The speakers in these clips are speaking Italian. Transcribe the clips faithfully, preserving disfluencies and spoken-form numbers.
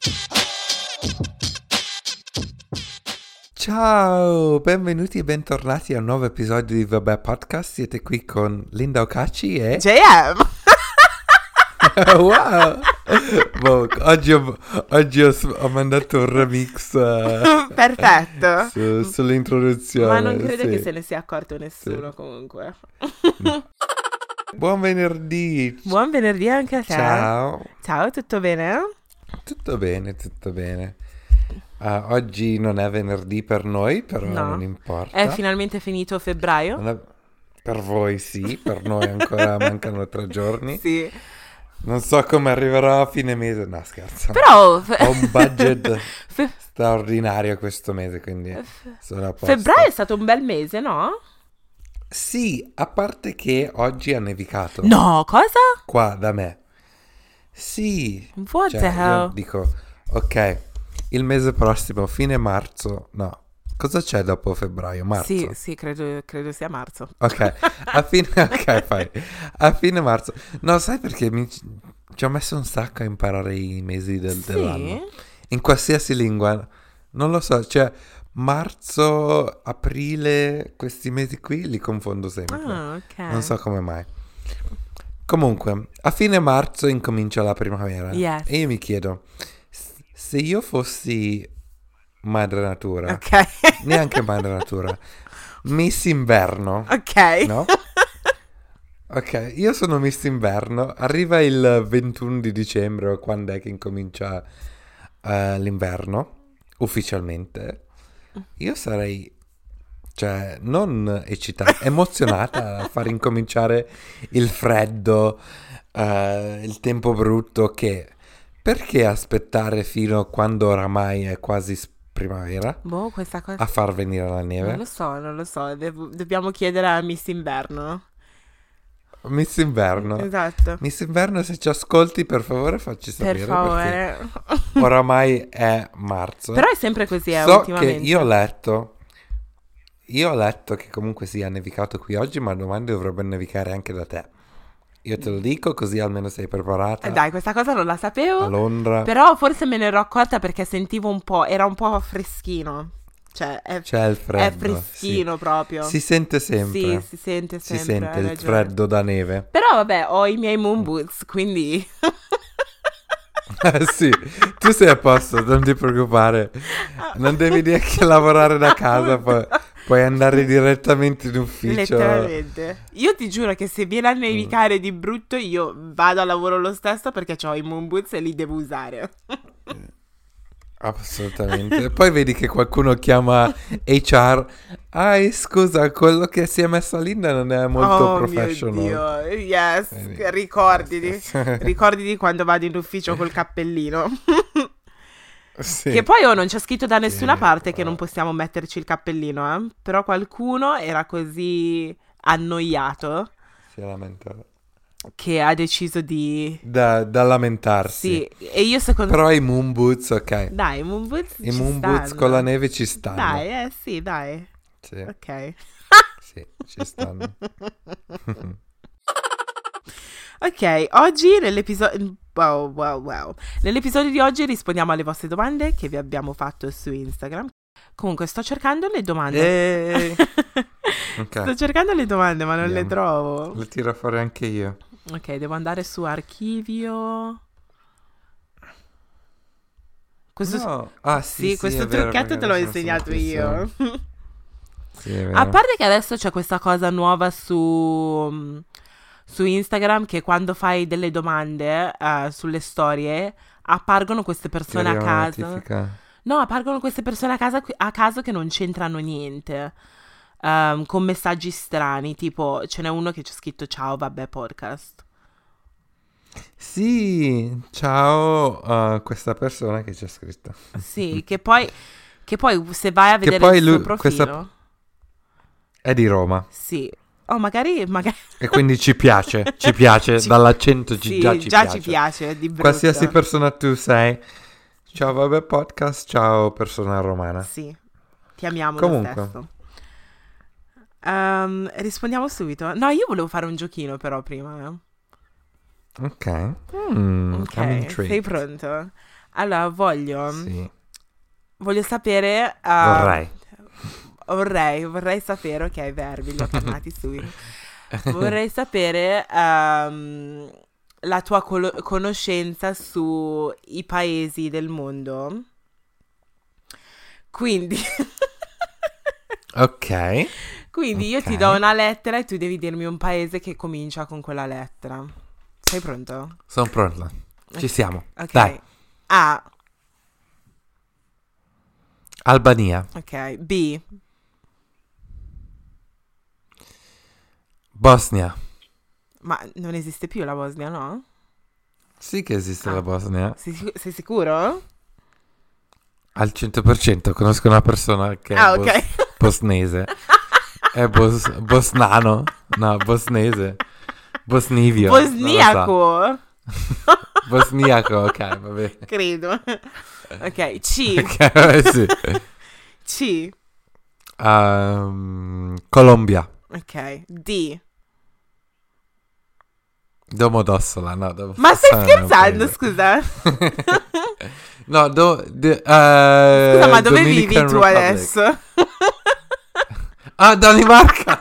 Ciao, benvenuti e bentornati a un nuovo episodio di Vabbè Podcast. Siete qui con Linda Ocacci e J M. Wow! Boh, oggi ho, oggi ho, ho mandato un remix uh, Perfetto. su, sull'introduzione. Ma non credo sì. che se ne sia accorto nessuno Sì. comunque. Buon venerdì! Buon venerdì anche a te. Ciao! Ciao, tutto bene? Tutto bene, tutto bene. Uh, oggi non è venerdì per noi, però No. non importa. È finalmente finito febbraio? Non è- Per voi sì, per noi ancora mancano tre giorni. Sì. Non so come arriverò a fine mese, no scherzo. Però... fe- Ho un budget fe- straordinario questo mese, quindi sono a posto. Febbraio è stato un bel mese, no? Sì, a parte che oggi ha nevicato. No, cosa? Qua da me. Sì. What Cioè, the io hell? dico, ok, il mese prossimo, fine marzo, no. Cosa c'è dopo febbraio? Marzo? Sì, sì, credo, credo sia marzo. Ok, a fine, ok, fai. A fine marzo. No, sai perché mi, ci ho messo un sacco a imparare i mesi del, Sì? dell'anno. In qualsiasi lingua. Non lo so, cioè marzo, aprile, questi mesi qui li confondo sempre. Ah, ok. Non so come mai. Comunque, a fine marzo incomincia la primavera. Yes. E io mi chiedo, s- se io fossi madre natura, Ok. neanche madre natura, Miss Inverno, Ok. no? Ok, io sono Miss Inverno, arriva il ventuno di dicembre o quando è che incomincia eh, l'inverno, ufficialmente, io sarei, cioè, non eccitata, emozionata a far incominciare il freddo, eh, il tempo brutto che... Perché aspettare fino a quando oramai è quasi s- primavera Boh, questa cosa... a far venire la neve? Non lo so, non lo so. Devo- dobbiamo chiedere a Miss Inverno. Miss Inverno. Esatto. Miss Inverno, se ci ascolti, per favore facci sapere. Per favore. Perché oramai è marzo. Però è sempre così, eh, so ultimamente. che io ho letto, io ho letto che comunque sia nevicato qui oggi, ma domani dovrebbe nevicare anche da te. Io te lo dico così almeno sei preparata. Eh, Dai, questa cosa non la A sapevo. Londra Però forse me ne ero accorta perché sentivo un po', era un po' freschino. Cioè, è, c'è il è freddo. freschino proprio. Sì. Si sente sempre. Sì, si sente Si sempre. sente hai il ragione. freddo da neve. Però vabbè, ho i miei moon boots, quindi... Eh, sì, tu sei a posto, non ti preoccupare. Non devi neanche lavorare da casa, poi puoi andare direttamente in ufficio. Letteralmente. Io ti giuro che se viene a nevicare di brutto io vado a lavoro lo stesso perché ho i moon boots e li devo usare. Assolutamente. Poi vedi che qualcuno chiama H R. Ah, scusa, quello che si è messo a Linda non è molto Oh professional. mio Dio, yes, Vedi. ricorditi, ricorditi quando vado in ufficio col cappellino. Sì. Che poi oh, non c'è scritto da nessuna Sì, parte che ma- non possiamo metterci il cappellino, eh? Però qualcuno era così annoiato Si lamenta. che ha deciso di... Da, da lamentarsi. Sì, e io secondo Però i moon boots, ok. Dai, i moon boots I ci moon boots stanno. con la neve ci stanno. Dai, eh sì, dai. Sì, Ok. sì, ci stanno. Ok, oggi nell'episodio... Wow, wow, wow. Nell'episodio di oggi rispondiamo alle vostre domande che vi abbiamo fatto su Instagram. Comunque, sto cercando le domande. Ehi. Sto Ok, cercando le domande, ma non le Andiamo. trovo. lo tiro fuori anche io. Ok, devo andare su archivio. Questo... No. Ah, sì, Sì, sì, questo è vero, trucchetto te l'ho magari sono insegnato solo io. impressioni. Sì, è vero. A parte che adesso c'è questa cosa nuova su, su Instagram che quando fai delle domande eh, sulle storie appargono queste Ti persone a arriva una caso. notifica. No, appargono queste persone a, casa, a caso che non c'entrano niente. Ehm, con messaggi strani, tipo ce n'è uno che c'è scritto ciao, vabbè, podcast. Sì, ciao a questa persona che c'è scritto. Sì, che poi, che poi se vai a Che vedere poi il suo lui- profilo, questa- È di Roma. sì. Oh, magari, magari... E quindi ci piace, ci piace, Ci- dall'accento ci, sì, già ci già piace. ci piace, di brutto. Qualsiasi persona tu sei. Ciao, vabbè, podcast, ciao, persona romana. Sì, ti amiamo Comunque. lo stesso. Ehm, rispondiamo subito. No, io volevo fare un giochino però prima. eh. Ok. Mm, Ok, I'm intrigued. sei pronto? Allora, voglio... Sì. Voglio sapere... uh, Vorrei. Vorrei, vorrei sapere... Ok, verbi, li ho tornati subito. Vorrei sapere ehm, la tua colo- conoscenza sui paesi del mondo. Quindi... Ok. Quindi io Ok. ti do una lettera e tu devi dirmi un paese che comincia con quella lettera. Sei pronto? Sono pronta. Ci siamo. Ok. Dai. A. Albania. Ok. B. Bosnia. Ma non esiste più la Bosnia, no? Sì che esiste Ah. la Bosnia. Sei, sei sicuro? Al cento per cento. Conosco una persona che è Ah, bos- ok. bosnese. È bos- bosnano. No, bosnese. Bosnivio. non lo so. Bosniaco. Bosniaco, ok, va bene. Credo. Ok. C. Ok, vabbè, sì. C. Ehm, Colombia. Ok. D. Domodossola, no. Ma stai Domodossola non è un scherzando, paese. scusa? No, do, de- eh, Scusa, ma dove Dominican vivi tu Republic. adesso? Ah, Danimarca.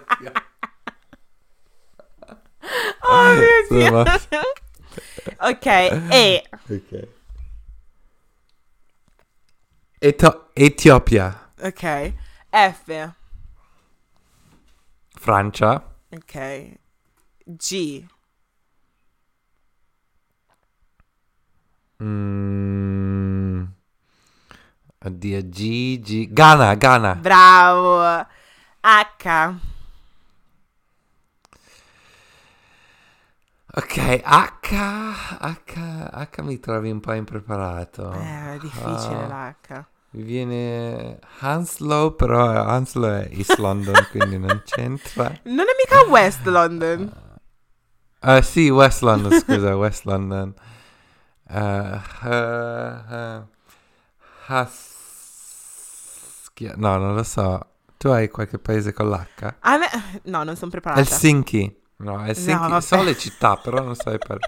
Oh mio Sono Dio. morto. Ok. E. Ok. Eto- Etiopia. Ok. F. Francia. Ok. G. Mm. Oddio, G, G. Ghana, Ghana. Bravo. H. Ok, H, H, H mi trovi un po' impreparato. Eh, è difficile Ah, l'H. mi viene Hounslow, però Hounslow è East London, quindi non c'entra. Non è mica West London. Ah, sì, West London, scusa, West London. Uh, uh, uh, Haschia- no, non lo so. Tu hai qualche paese con l'H? A me- No, non sono preparata. Helsinki. No, Helsinki. No, vabbè. So le città, però non so i paesi.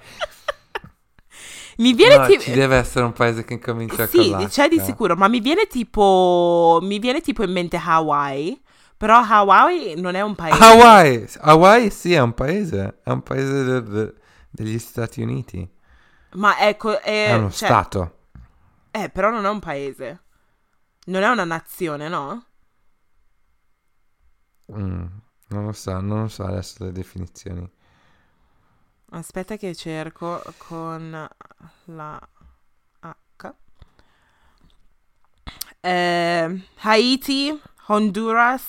Mi viene No, tipo... ci deve essere un paese che comincia con Sì, l'H. c'è di sicuro, ma mi viene tipo... Mi viene tipo in mente Hawaii. Però Hawaii non è un paese. Hawaii. Hawaii sì, è un paese. È un paese de- de- degli Stati Uniti. Ma ecco... È, È uno cioè, stato. Eh, però non è un paese. Non è una nazione, no? Mm, non lo so, non lo so adesso le definizioni. Aspetta che cerco con la H. Eh, Haiti, Honduras.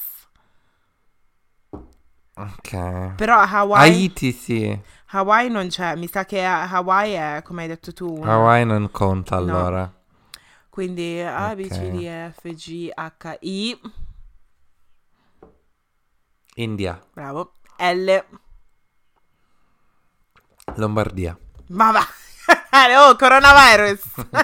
Ok. Però Hawaii... Haiti sì. Hawaii non c'è. Mi sa che Hawaii è, come hai detto tu, una... Hawaii non conta No. allora. Quindi A, B, Ok. C, D, E, F, G, H, I. India. Bravo. L. Lombardia. Ma va. Oh, coronavirus.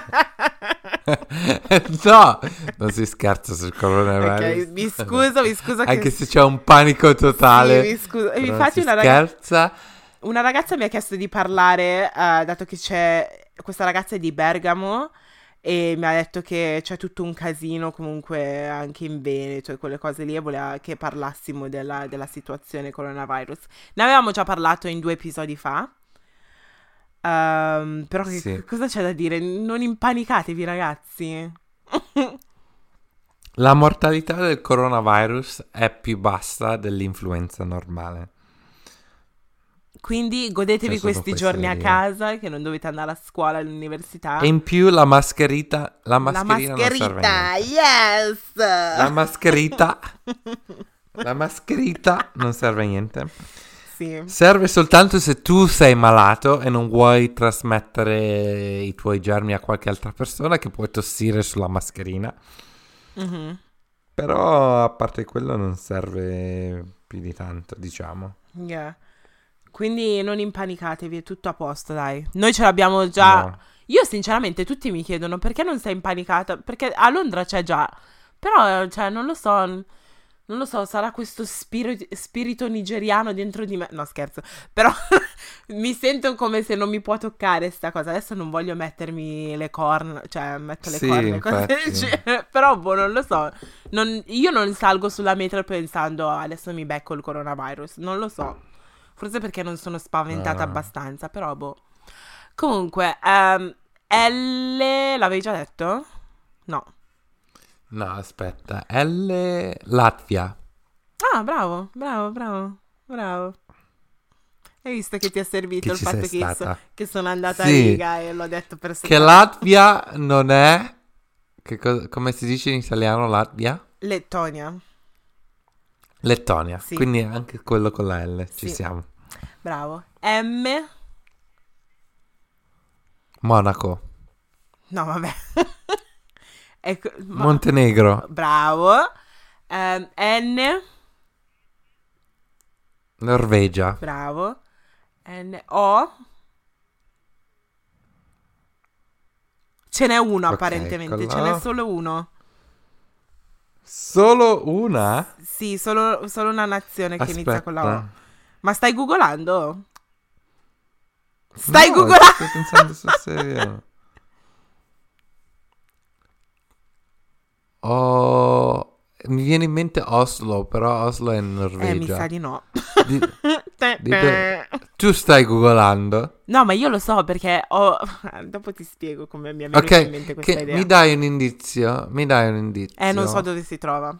No, non si scherza sul coronavirus. Ok, mi scuso, mi scuso che... Anche se c'è un panico totale. Sì, mi scuso. però non Infatti si una ragazza... scherza. Una ragazza mi ha chiesto di parlare, eh, dato che c'è... Questa ragazza è di Bergamo e mi ha detto che c'è tutto un casino comunque anche in Veneto e quelle cose lì e voleva che parlassimo della, della situazione coronavirus. Ne avevamo già parlato in due episodi fa. Ehm, però che- Sì. cosa c'è da dire? Non impanicatevi, ragazzi. La mortalità del coronavirus è più bassa dell'influenza normale. Quindi godetevi C'è solo questi questo giorni da a dire. casa, che non dovete andare a scuola, all'università. E in più la mascherita, la La mascherina non serve a mascherita, niente. yes! La mascherita, la mascherita non serve a niente. Sì. Serve soltanto se tu sei malato e non vuoi trasmettere i tuoi germi a qualche altra persona, che puoi tossire sulla mascherina. Mhm. Però a parte quello non serve più di tanto, diciamo. Yeah. Quindi non impanicatevi, è tutto a posto, dai. Noi ce l'abbiamo già. No. Io sinceramente tutti mi chiedono perché non sei impanicata, perché a Londra c'è già. Però, cioè, non lo so. non lo so, sarà questo spirito, spirito nigeriano dentro di me. No, scherzo. Però mi sento come se non mi può toccare sta cosa. Adesso non voglio mettermi le corna, cioè metto le Sì, corna e cose del infatti. genere. Però, boh, non lo so. Non- io non salgo sulla metro pensando "Ah, adesso mi becco il coronavirus". Non lo so. Forse perché non sono spaventata Ah. abbastanza, però boh. Comunque, ehm, L, l'avevi già detto? No. No, aspetta. L. Latvia. Ah, bravo, bravo, bravo, bravo. Hai visto che ti è servito Che il ci fatto sei che, io so- stata. che sono andata a Sì. riga e l'ho detto per Che secondo. Latvia non è... Che co- come si dice in italiano Latvia? Lettonia, Lettonia. sì, Quindi anche quello con la L. Ci sì, siamo. bravo. M, Monaco. no, vabbè. Ecco, ma- Montenegro. bravo. Ehm, N, Norvegia. bravo. N, O. Ce n'è uno Ok, apparentemente, con ce la n'è O. solo uno. Solo una? Sì, solo, solo una nazione che inizia con la O. Aspetta. Ma stai googolando? Stai No, googolando? sto pensando sul serio. Oh, mi viene in mente Oslo, però Oslo è in Eh, mi sa Norvegia. di no. Di- di dove- Tu stai googolando? No, ma io lo so perché ho... Dopo ti spiego come mi è venuta in mente Ok, questa che idea. mi dai un indizio? Mi dai un indizio? Eh, non so dove si trova.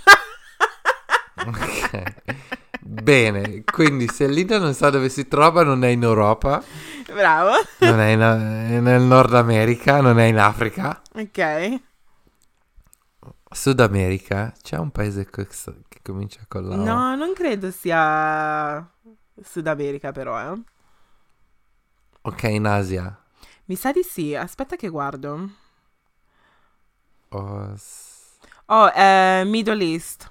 Ok. Bene, quindi se l'India non sa dove si trova, non è in Europa, Bravo. non è, in- è nel Nord America, non è in Africa. Ok. Sud America, c'è un paese che, che comincia con la O. No, non credo sia Sud America però, eh. Ok, in Asia. Mi sa di sì. Aspetta che guardo. Os- Oh, eh, Middle East.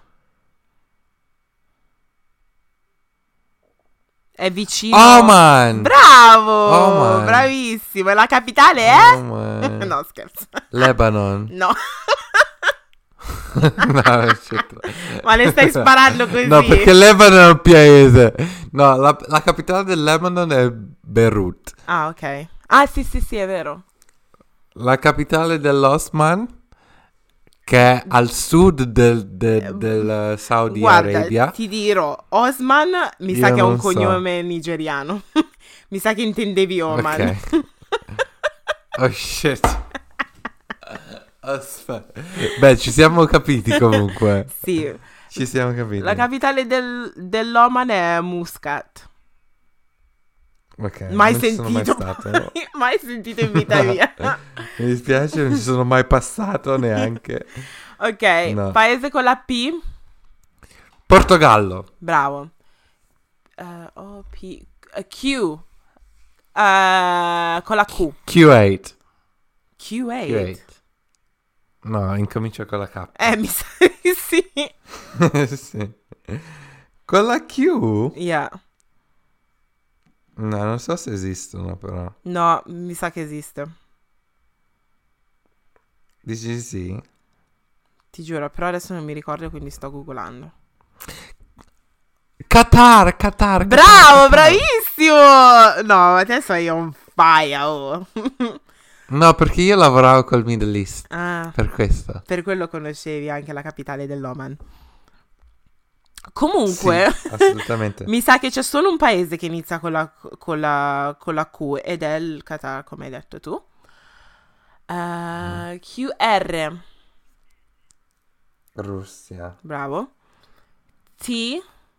È vicino. Oman! Bravo! Oman. Bravissimo. E la capitale è? Oman. No, scherzo. Lebanon. No. No, non c'entra. Ma le stai sparando così? No, perché Lebanon è un paese. No, la, la capitale del Lebanon è Beirut. Ah, ok. Ah, sì, sì, sì, è vero. La capitale dell'Osman, che è al sud del, del- del Saudi Guarda, Arabia. ti dirò, Osman mi Io sa che è un non so. cognome nigeriano. Mi sa che intendevi Oman. Ok. Oh shit. Aspetta. Beh, ci siamo capiti comunque. Sì. Ci siamo capiti. La capitale del- dell'Oman è Muscat. Ok, Mai non ci sono mai sentito. stato. No. Mai sentito in vita mia. Mi dispiace, non ci sono mai passato neanche. Ok, No. paese con la P. Portogallo. Bravo. Eh, O, P, eh, Q. Eh, con la Q. Q otto. Q otto. Q otto. No, incomincia con la K. Eh, mi sa di sì. Sì. Con la Q? Yeah. No, non so se esistono però. No, mi sa che esiste. Dici sì? Ti giuro, però adesso non mi ricordo, quindi sto googolando. Qatar, Qatar. Bravo, Qatar. bravissimo! No, adesso sei on fire. Oh. No, perché io lavoravo col Middle East. Ah, Per questo. per quello conoscevi anche la capitale dell'Oman. Comunque, Sì, assolutamente. mi sa che c'è solo un paese che inizia con la, con la, con la Q ed è il Qatar, come hai detto tu. Uh, Q R, Russia. bravo. T,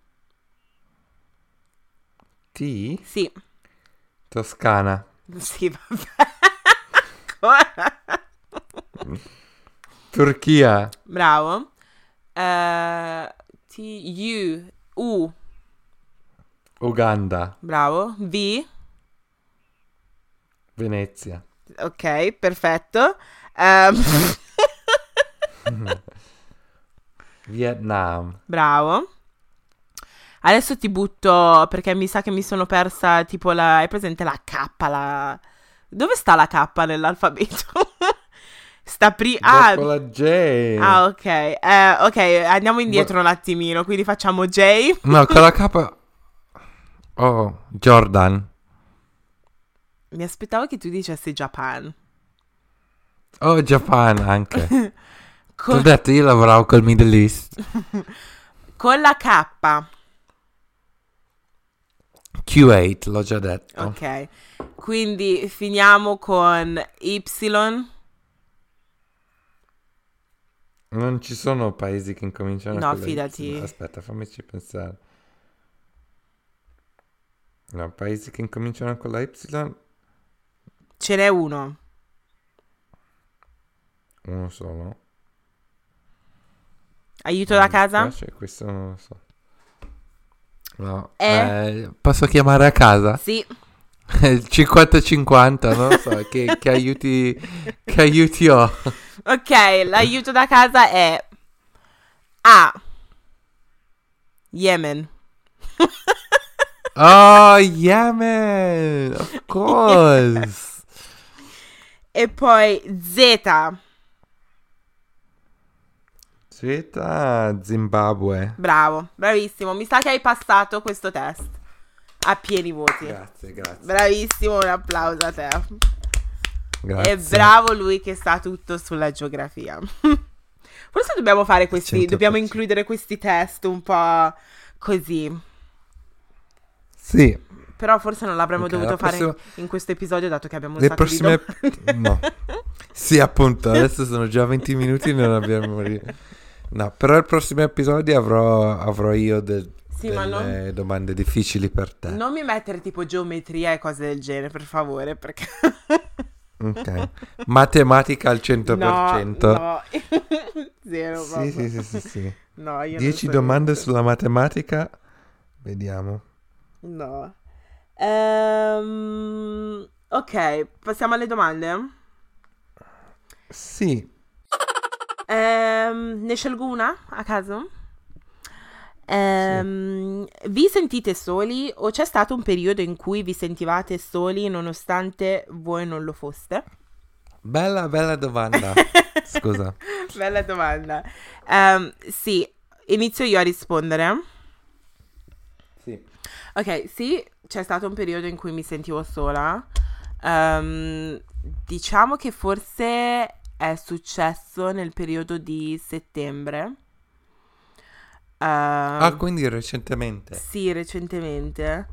T? sì, Toscana. sì, vabbè. Turchia. Bravo. Eh, T, U, U, Uganda. bravo. V, Venezia. ok, perfetto. Ehm, Vietnam. bravo. Adesso ti butto perché mi sa che mi sono persa tipo la... Hai presente la K? La... Dove sta la K nell'alfabeto? Sta pri... Ah, Dopo la J. ah, ok. Eh, ok, andiamo indietro un attimino. Quindi facciamo J. No, con la K. Oh, Jordan. Mi aspettavo che tu dicessi Japan. Oh, Japan anche. Ti Con... ho detto, io lavoravo col Middle East. con la K. Q otto, l'ho già detto. Ok. Quindi finiamo con Y. Non ci sono paesi che incominciano No, con la Y. fidati. Aspetta, fammici pensare. No, paesi che incominciano con la Y. Ce n'è uno. Uno solo. Aiuto da casa? Dispiace, questo non lo so. No. Eh? Eh, posso chiamare a casa? Sì. Il cinquanta cinquanta, non lo so, che, che aiuti che aiuti ho. Ok, l'aiuto da casa è A. Yemen. Oh, Yemen! Of course! E poi Z. Z, Zimbabwe. Bravo, bravissimo. Mi sa che hai passato questo test a pieni voti. Grazie, grazie. Bravissimo, un applauso a te. Grazie. E bravo lui che sa tutto sulla geografia. Forse dobbiamo fare questi, cento per cento. dobbiamo includere questi test un po' così. Sì. Però forse non l'avremmo Ok, dovuto la fare prossima- in questo episodio, dato che abbiamo un Le sacco prossime... di domande. No. Sì, appunto, adesso sono già venti minuti e non abbiamo... No, però il prossimo episodio avrò, avrò io del- Sì, ma delle non- domande difficili per te. Non mi mettere tipo geometria e cose del genere, per favore, perché... Ok. Matematica al cento per cento. No, no. Zero Sì, proprio. sì, sì, sì, sì. No, io non dieci so domande niente. sulla matematica. Vediamo. No. Ehm, ok, passiamo alle domande. Sì. Ehm, ne scelgo una a caso? Ehm, Vi sentite soli o c'è stato un periodo in cui vi sentivate soli nonostante voi non lo foste? Bella, bella domanda. Scusa. Bella domanda. Ehm, sì, inizio io a rispondere. Sì. Ok, sì, c'è stato un periodo in cui mi sentivo sola. Ehm, diciamo che forse è successo nel periodo di settembre. Ehm, Ah, quindi recentemente. Sì, recentemente.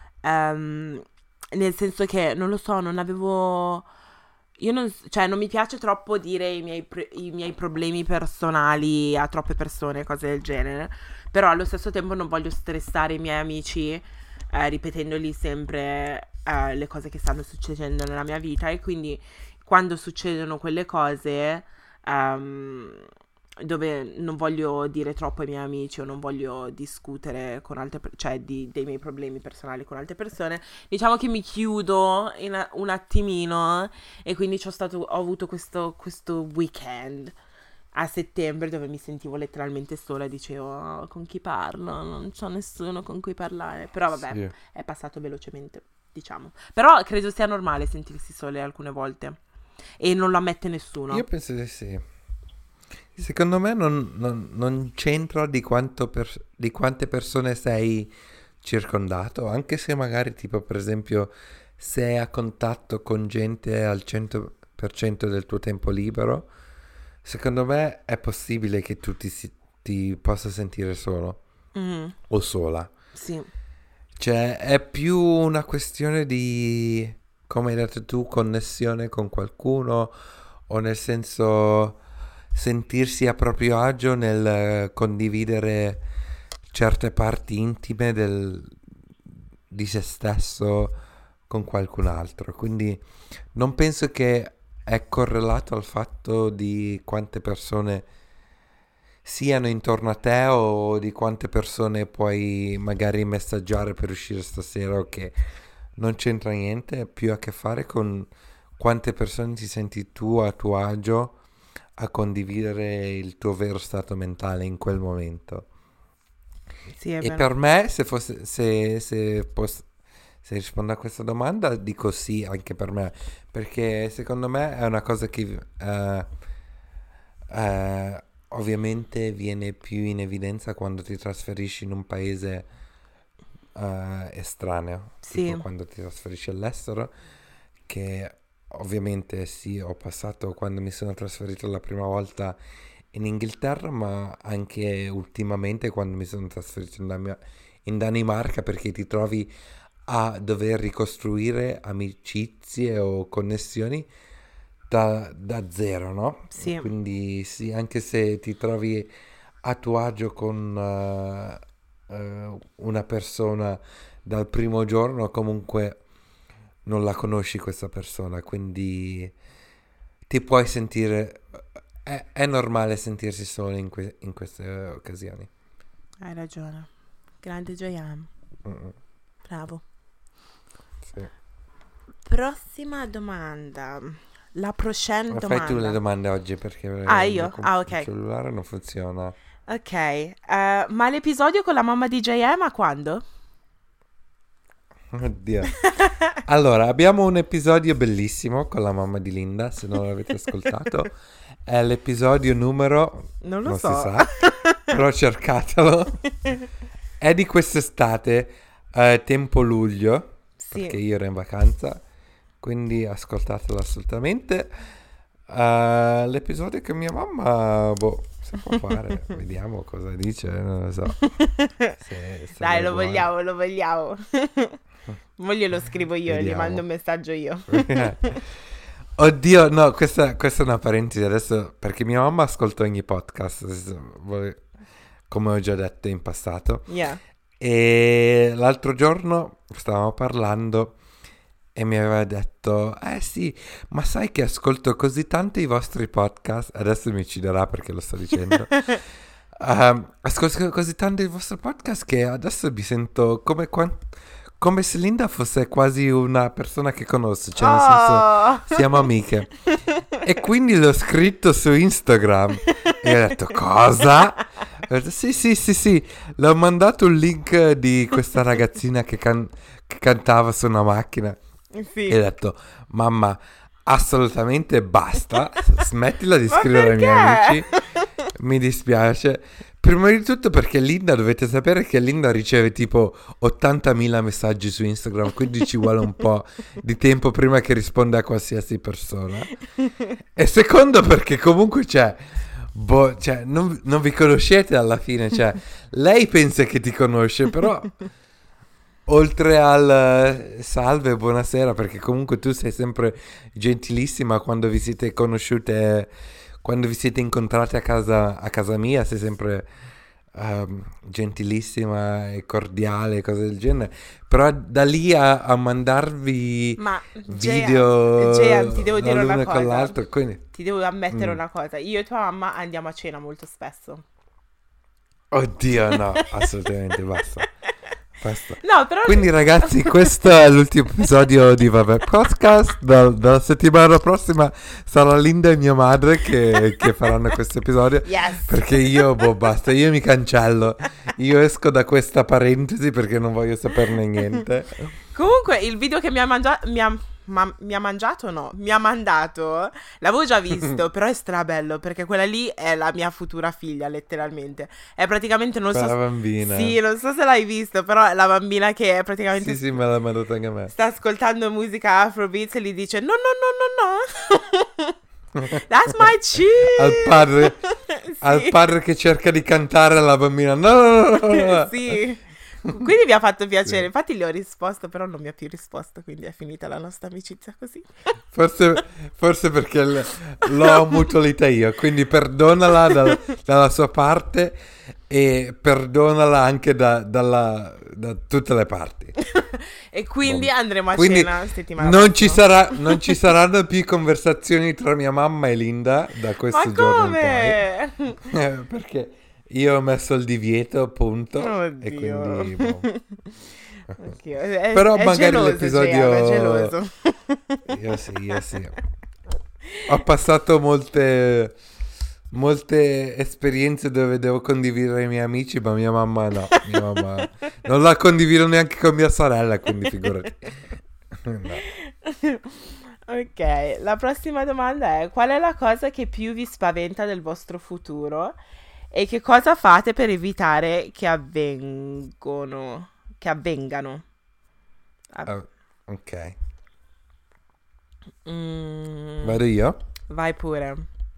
Ehm, Nel senso che, non lo so, non avevo... Io non... Cioè, non mi piace troppo dire i miei, pre- i miei problemi personali a troppe persone, cose del genere. Però allo stesso tempo non voglio stressare i miei amici eh, ripetendogli sempre eh, le cose che stanno succedendo nella mia vita. E quindi quando succedono quelle cose... ehm, dove non voglio dire troppo ai miei amici o non voglio discutere con altre per- cioè di- dei miei problemi personali con altre persone, diciamo che mi chiudo in a- un attimino, e quindi c'ho stato, ho avuto questo, questo weekend a settembre dove mi sentivo letteralmente sola e dicevo "Oh, con chi parlo? Non c'ho nessuno con cui parlare", però vabbè, Sì. è passato velocemente, diciamo. Però credo sia normale sentirsi sole alcune volte e non lo ammette nessuno. Io penso di sì. Secondo me non, non- non c'entra di, quanto per- di quante persone sei circondato, anche se magari tipo per esempio sei a contatto con gente al cento per cento del tuo tempo libero, secondo me è possibile che tu ti, si- ti possa sentire solo Mhm, o sola. sì. Cioè è più una questione di, come hai detto tu, connessione con qualcuno, o nel senso sentirsi a proprio agio nel eh, condividere certe parti intime del- di se stesso con qualcun altro. Quindi non penso che è correlato al fatto di quante persone siano intorno a te o di quante persone puoi magari messaggiare per uscire stasera, o che non c'entra niente, ha più a che fare con quante persone ti senti tu a tuo agio a condividere il tuo vero stato mentale in quel momento. Sì, è E vero. per me, se fosse, se, se, pos- se rispondo a questa domanda, dico sì anche per me, perché secondo me è una cosa che eh, eh, ovviamente viene più in evidenza quando ti trasferisci in un paese eh, estraneo, Sì, tipo quando ti trasferisci all'estero, che ovviamente sì, ho passato quando mi sono trasferito la prima volta in Inghilterra, ma anche ultimamente quando mi sono trasferito in, Dam- in Danimarca, perché ti trovi a dover ricostruire amicizie o connessioni da, da zero, no? sì. Quindi sì, anche se ti trovi a tuo agio con eh, eh, una persona dal primo giorno, comunque non la conosci questa persona, quindi ti puoi sentire... È, è normale sentirsi solo in, que- in queste occasioni. Hai ragione. Grande Joyam. Mm-mm, Bravo. sì. Prossima domanda. La prochaine Ma fai tu le domanda. domande oggi perché Ah, il mio io? com- Ah, il ok. cellulare non funziona. Ok. Eh, ma l'episodio con la mamma di J M a quando? Oddio. Allora, abbiamo un episodio bellissimo con la mamma di Linda, se non l'avete ascoltato. È l'episodio numero... Non lo non si so. sa, però cercatelo. È di quest'estate, eh, tempo luglio, perché Sì. io ero in vacanza, quindi ascoltatelo assolutamente. Eh, l'episodio che mia mamma, boh, si può fare, vediamo cosa dice, non lo so. Se, se Dai, lei lo vuole. vogliamo, lo vogliamo. Mo glielo scrivo io, gli mando un Vediamo. messaggio io. Oddio, no, questa, questa è una parentesi adesso, perché mia mamma ascolta ogni podcast, se vuoi- come ho già detto in passato. Yeah. E l'altro giorno stavamo parlando e mi aveva detto, eh sì, ma sai che ascolto così tanto i vostri podcast, adesso mi ucciderà perché lo sto dicendo. Ehm, ascolto così tanto il vostro podcast che adesso mi sento come, quan- come se Linda fosse quasi una persona che conosco, cioè nel senso Oh. siamo amiche. E quindi l'ho scritto su Instagram e ho detto cosa? Ho detto, sì sì sì sì, le ho mandato un link di questa ragazzina che, can- che cantava su una macchina Sì. e ho detto mamma assolutamente basta, smettila di Ma scrivere ai miei perché? amici, mi dispiace. Prima di tutto perché Linda, dovete sapere che Linda riceve tipo ottantamila messaggi su Instagram, quindi ci vuole un po' di tempo prima che risponda a qualsiasi persona. E secondo perché comunque c'è, boh, cioè, non, non vi conoscete alla fine, cioè, lei pensa che ti conosce, però oltre al eh, salve, buonasera, perché comunque tu sei sempre gentilissima quando vi siete conosciute, quando vi siete incontrate a casa, a casa mia, sei sempre ehm, gentilissima e cordiale, cose del genere. Però da lì a, a mandarvi Ma J M, video J M, ti devo dire una l'uno con cosa. l'altro, quindi... Ti devo ammettere Mm. una cosa. Io e tua mamma andiamo a cena molto spesso. Oddio, no, assolutamente basta. Basta. No, però... Quindi ragazzi, questo è l'ultimo episodio di Vabbè Podcast. Da- dalla settimana prossima sarà Linda e mia madre che, che faranno questo episodio. Yes. Perché io, boh, basta, io mi cancello. Io esco da questa parentesi perché non voglio saperne niente. Comunque, il video che mi ha mangiato... Mi ha... ma- mi ha mangiato no, mi ha mandato, l'avevo già visto, però è strabello perché quella lì è la mia futura figlia, letteralmente. È praticamente, non so Quella se... bambina. Sì, non so se l'hai visto, però è la bambina che è praticamente Sì, sì, me l'ha mandato anche a me. sta ascoltando musica Afrobeats e gli dice no, no, no, no, no. That's my cheese. Al padre, Sì. al padre che cerca di cantare alla bambina. No, no, no, no, no. Sì. Quindi mi ha fatto piacere. Sì. Infatti gli ho risposto, però non mi ha più risposto, quindi è finita la nostra amicizia così. Forse, forse perché l- l'ho mutualita io, quindi perdonala dal- dalla sua parte e perdonala anche da, dalla- da tutte le parti. E quindi Boh. andremo a Quindi cena settimana non ci, prossima. sarà, non ci saranno più conversazioni tra mia mamma e Linda da questo Ma giorno in come? poi. Eh, perché io ho messo il divieto, punto. Oddio. E quindi... boh. Oddio, È, Però è magari geloso, l'episodio... Gea, è geloso. Io sì, io sì. Ho passato molte, molte esperienze dove devo condividere i miei amici, ma mia mamma no. Mia mamma non la condivido neanche con mia sorella, quindi figurati. No. Ok, la prossima domanda è: qual è la cosa che più vi spaventa del vostro futuro e che cosa fate per evitare che avvengono, che avvengano? Ah, Ah, ok, mm, vado io. vai pure.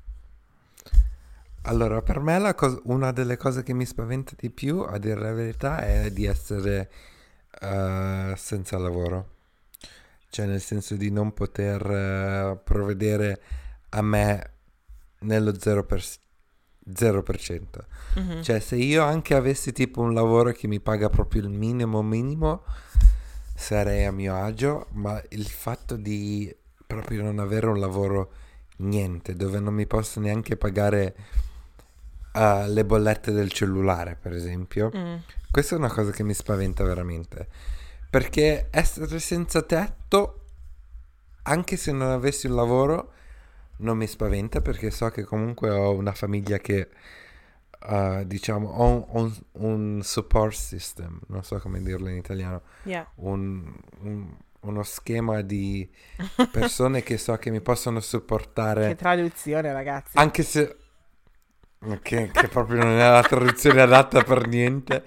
Allora, per me la cos- una delle cose che mi spaventa di più, a dire la verità, è di essere eh, senza lavoro. Cioè, nel senso di non poter eh, provvedere a me nello zero per cento. zero per cento. Mhm. Cioè, se io anche avessi tipo un lavoro che mi paga proprio il minimo minimo, sarei a mio agio, ma il fatto di proprio non avere un lavoro niente, dove non mi posso neanche pagare uh, le bollette del cellulare, per esempio, Mm. questa è una cosa che mi spaventa veramente. Perché essere senza tetto, anche se non avessi un lavoro, non mi spaventa perché so che comunque ho una famiglia che, uh, diciamo, ho un, ho un- un support system, non so come dirlo in italiano, Yeah. un- un- uno schema di persone che so che mi possono Che supportare, traduzione, ragazzi. anche se, che, che proprio non è la traduzione adatta per niente,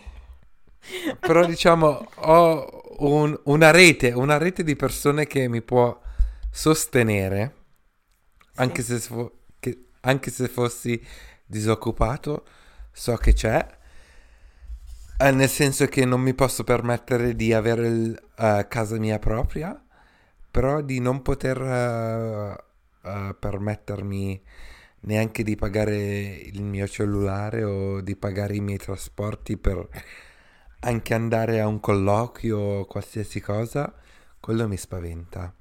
però diciamo ho un- una rete, una rete di persone che mi può sostenere Sì. anche se, fo- che- anche se fossi disoccupato, so che c'è, eh, nel senso che non mi posso permettere di avere il, eh, casa mia propria, però di non poter eh, eh, permettermi neanche di pagare il mio cellulare o di pagare i miei trasporti per anche andare a un colloquio o qualsiasi cosa, quello mi spaventa.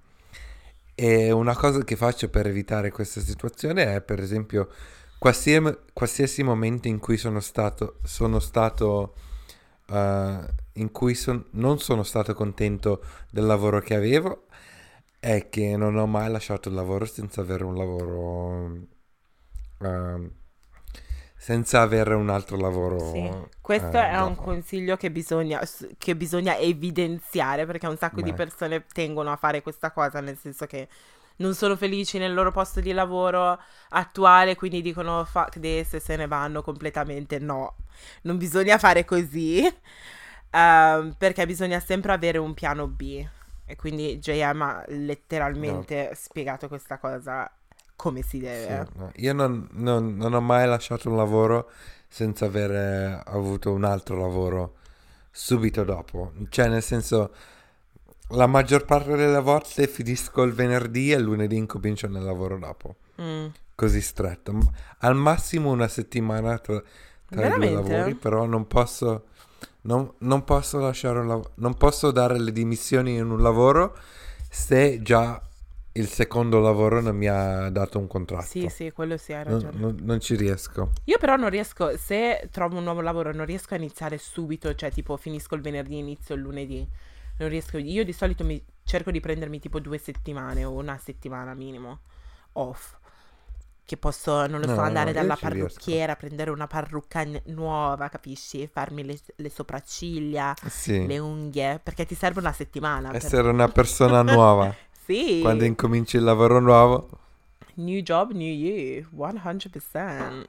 E una cosa che faccio per evitare questa situazione è, per esempio, qualsiasi, qualsiasi momento in cui sono stato, sono stato, eh, in cui son- non sono stato contento del lavoro che avevo, è che non ho mai lasciato il lavoro senza avere un lavoro, ehm, senza avere un altro Sì, lavoro, questo eh, è un dopo. consiglio che bisogna, che bisogna evidenziare perché un sacco di Ma- persone tengono a fare questa cosa, nel senso che non sono felici nel loro posto di lavoro attuale, quindi dicono fuck this e se ne vanno completamente. No, non bisogna fare così, ehm, perché bisogna sempre avere un piano B. E quindi J M ha no, letteralmente spiegato questa cosa come si sì, deve. no. Io non, non- non ho mai lasciato un lavoro senza avere avuto un altro lavoro subito dopo. Cioè, nel senso, la maggior parte delle volte finisco il venerdì e il lunedì incomincio nel lavoro dopo. Mm. Così stretto. M- Al massimo una settimana tra, tra i due lavori, Veramente? però non posso, non, non posso lasciare un lavoro, non posso dare le dimissioni in un lavoro se già il secondo lavoro non mi ha dato un Sì, contratto. sì, quello sì, hai Non, ragione. non- non ci riesco. Io però non riesco, se trovo un nuovo lavoro, non riesco a iniziare subito, cioè tipo finisco il venerdì, inizio il lunedì. Non riesco, io di solito mi cerco di prendermi tipo due settimane o una settimana minimo off. Che posso, non lo so, No, andare no, io dalla ci riesco. parrucchiera, prendere una parrucca n- nuova, capisci? Farmi le, le sopracciglia, Sì, le unghie, perché ti serve una settimana per... essere una persona nuova quando Sì, incominci il lavoro nuovo. new job, new you, cento per cento.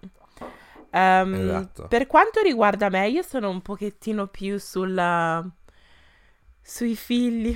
Ehm, Esatto. per quanto riguarda me, io sono un pochettino più sulla... sui figli.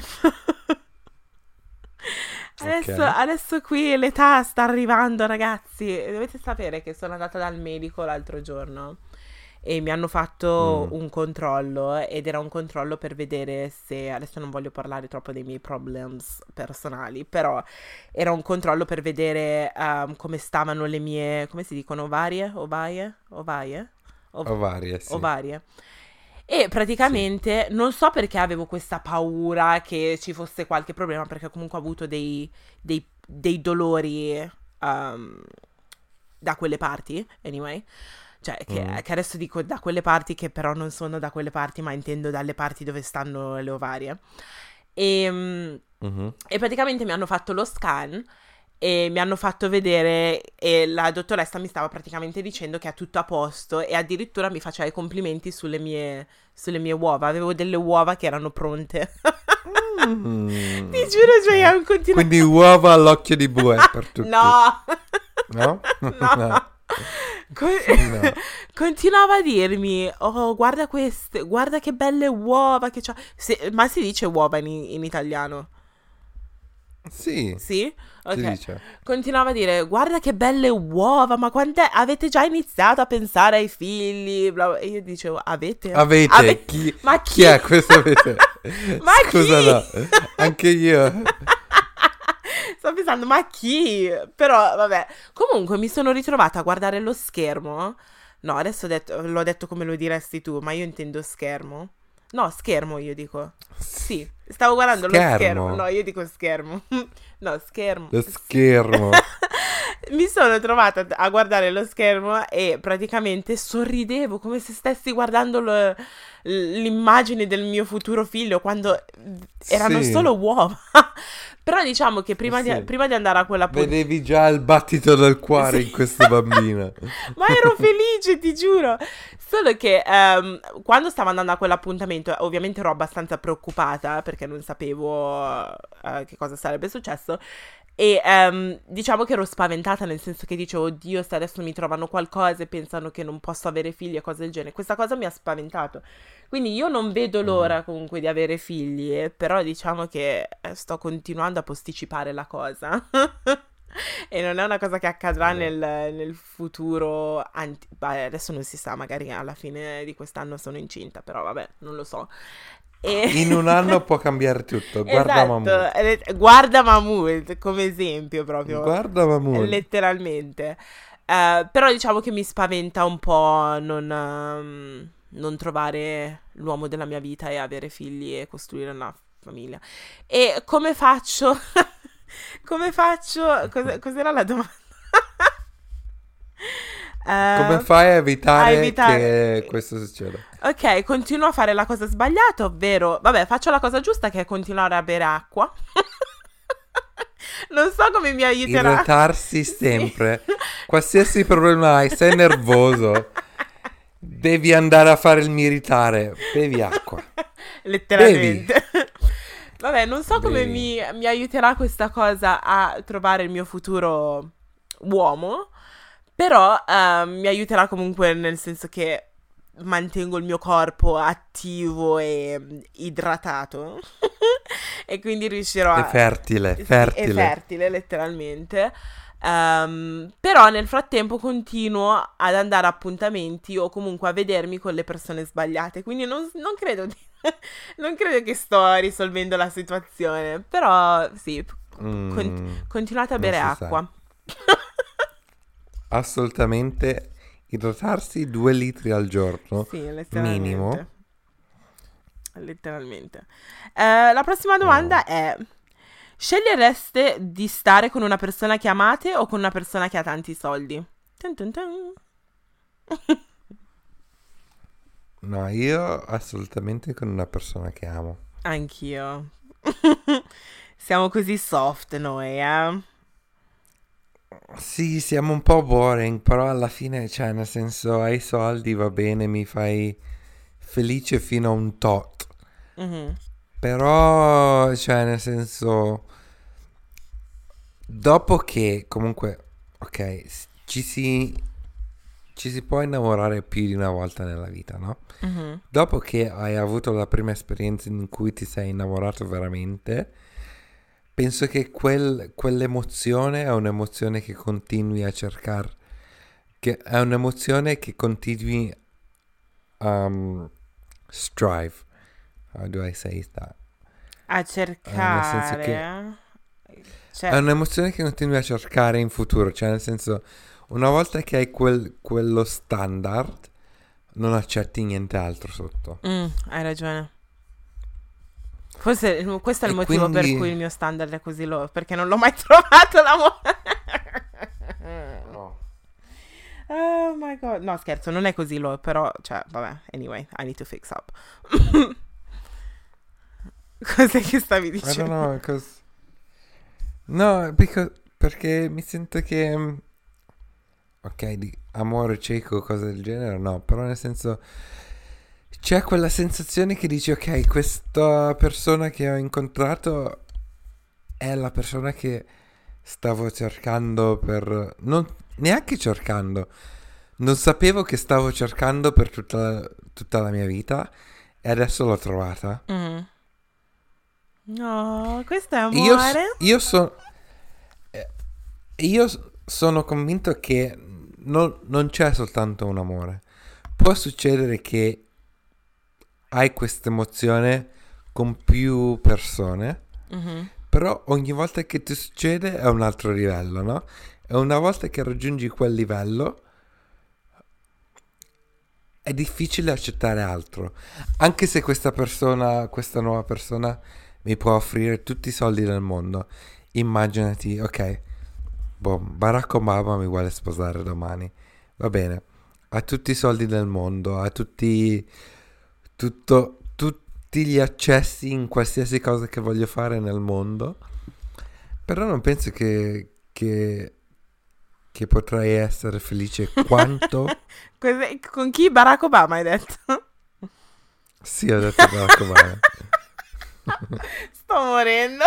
Ok. Adesso, adesso qui l'età sta arrivando, ragazzi. Dovete sapere che sono andata dal medico l'altro giorno e mi hanno fatto Mm. un controllo ed era un controllo per vedere se, adesso non voglio parlare troppo dei miei problems personali, però era un controllo per vedere ehm, come stavano le mie, come si dicono, ovarie? Ovaie? Ovaie? Ov- Ovarie, sì. ovarie. E Sì. praticamente non so perché avevo questa paura che ci fosse qualche problema, perché comunque ho avuto dei, dei, dei dolori ehm, da quelle parti, anyway. Cioè, che, Mm. che adesso dico da quelle parti che però non sono da quelle parti, ma intendo dalle parti dove stanno le ovarie. E, mm, Mhm. e praticamente mi hanno fatto lo scan e mi hanno fatto vedere e la dottoressa mi stava praticamente dicendo che è tutto a posto e addirittura mi faceva i complimenti sulle mie, sulle mie uova. Avevo delle uova che erano pronte. Mm. Ti giuro, cioè è un continuo... Quindi uova all'occhio di bue per tutti. No! No? No. Con- No. Continuava a dirmi, oh, guarda queste, guarda che belle uova che c'ha. Se- ma si dice uova in, in italiano? Sì, Sì? si Ok. dice. Continuava a dire, guarda che belle uova, ma quando avete già iniziato a pensare ai figli? Bla bla. E io dicevo, avete? Avete, Ave- chi, Ma chi? chi è questo avete? Ma Scusa, chi? no, anche io. Sto pensando, ma chi? Però, vabbè. Comunque, mi sono ritrovata a guardare lo schermo. No, adesso ho detto- l'ho detto come lo diresti tu, ma io intendo schermo. No, schermo, io dico. Sì, stavo guardando lo Schermo. schermo. No, io dico schermo. No, schermo. Lo schermo. Mi sono trovata a guardare lo schermo e praticamente sorridevo come se stessi guardando lo- l'immagine del mio futuro figlio quando erano Sì. solo uova. Però diciamo che prima, Sì. di, prima di andare a quella puntata... Vedevi già il battito del cuore Sì. in questa bambina. Ma ero felice, ti giuro. Solo che ehm, quando stavo andando a quell'appuntamento, ovviamente ero abbastanza preoccupata perché non sapevo eh, che cosa sarebbe successo. E ehm, diciamo che ero spaventata, nel senso che dicevo, oddio, se adesso mi trovano qualcosa e pensano che non posso avere figli e cose del genere. Questa cosa mi ha spaventato. Quindi io non vedo l'ora comunque di avere figli, eh, però diciamo che eh, sto continuando a posticipare la cosa. E non è una cosa che accadrà Vabbè. nel, nel futuro. Anti- beh, adesso non si sa, magari alla fine di quest'anno sono incinta, però vabbè, non lo so. E... In un anno può cambiare tutto. Guarda Esatto, Mahmood. eh, guarda Mahmood come esempio proprio, Guarda Mahmood. letteralmente. Eh, però diciamo che mi spaventa un po' non, ehm, non trovare l'uomo della mia vita e avere figli e costruire una famiglia. E come faccio? Come faccio? Cos- cos'era la domanda? Come Eh, fai a evitare, a evitare- che questo succeda? Ok, continuo a fare la cosa sbagliata, ovvero, vabbè, faccio la cosa giusta che è continuare a bere acqua. Non so come mi aiuterà. Idratarsi Sì. sempre. Qualsiasi problema hai, sei nervoso, devi andare a fare il militare. Bevi acqua. Letteralmente. Vabbè, non so come Bevi. mi, mi aiuterà questa cosa a trovare il mio futuro uomo, però eh, mi aiuterà comunque nel senso che mantengo il mio corpo attivo e mm, idratato e quindi riuscirò È a... fertile, Sì, è fertile. fertile, letteralmente. Ehm, però nel frattempo continuo ad andare a appuntamenti o comunque a vedermi con le persone sbagliate, quindi non, non credo di- non credo che sto risolvendo la situazione, però sì, Mm, con- continuate a non bere si sa. acqua. Assolutamente idratarsi due litri al giorno, Sì, letteralmente. minimo. Letteralmente. Eh, la prossima domanda Oh. è: scegliereste di stare con una persona che amate o con una persona che ha tanti soldi? Tun tun tun. No, io assolutamente con una persona che amo. Anch'io. Siamo così soft noi, eh? Sì, siamo un po' boring, però alla fine, cioè, nel senso, hai soldi, va bene, mi fai felice fino a un tot. Mhm. Però, cioè, nel senso, dopo che comunque, ok, s- ci si, ci si può innamorare più di una volta nella vita, no? Mhm. Dopo che hai avuto la prima esperienza in cui ti sei innamorato veramente, penso che quel- quell'emozione è un'emozione che continui a cercare, che è un'emozione che continui a um, strive. How do I say that? A Eh, nel senso che cercare. Cioè, è un'emozione che continui a cercare in futuro, cioè nel senso, una volta che hai quel- quello standard, non accetti niente altro sotto. mm, hai ragione. Forse il- questo è il E motivo per quindi... cui il mio standard è così low, perché non l'ho mai trovato l'amore. No. Oh my god. No, scherzo, non è così low, però, cioè, vabbè, anyway, I need to fix up. Cos'è che stavi I don't dicendo? know, 'cause- No, because- perché mi sento che... mm, ok, di amore cieco, cose del genere, no, però nel senso... c'è quella sensazione che dici, ok, questa persona che ho incontrato è la persona che stavo cercando per... non neanche cercando. Non sapevo che stavo cercando per tutta, tutta la mia vita e adesso l'ho trovata. Mm. No, questo è Io, amore. io, so, io sono convinto che non, non c'è soltanto un amore. Può succedere che hai questa emozione con più persone, Mm-hmm. però ogni volta che ti succede è un altro livello, no? E una volta che raggiungi quel livello è difficile accettare altro. Anche se questa persona, questa nuova persona mi può offrire tutti i soldi del mondo. Immaginati, ok, boh, Barack Obama mi vuole sposare domani. Va bene, ha tutti i soldi del mondo, ha tutti, tutto, tutti gli accessi in qualsiasi cosa che voglio fare nel mondo. Però non penso che, che, che potrei essere felice quanto... Cos'è- Con chi? Barack Obama hai detto? Sì, ho detto Barack Obama. Sto morendo.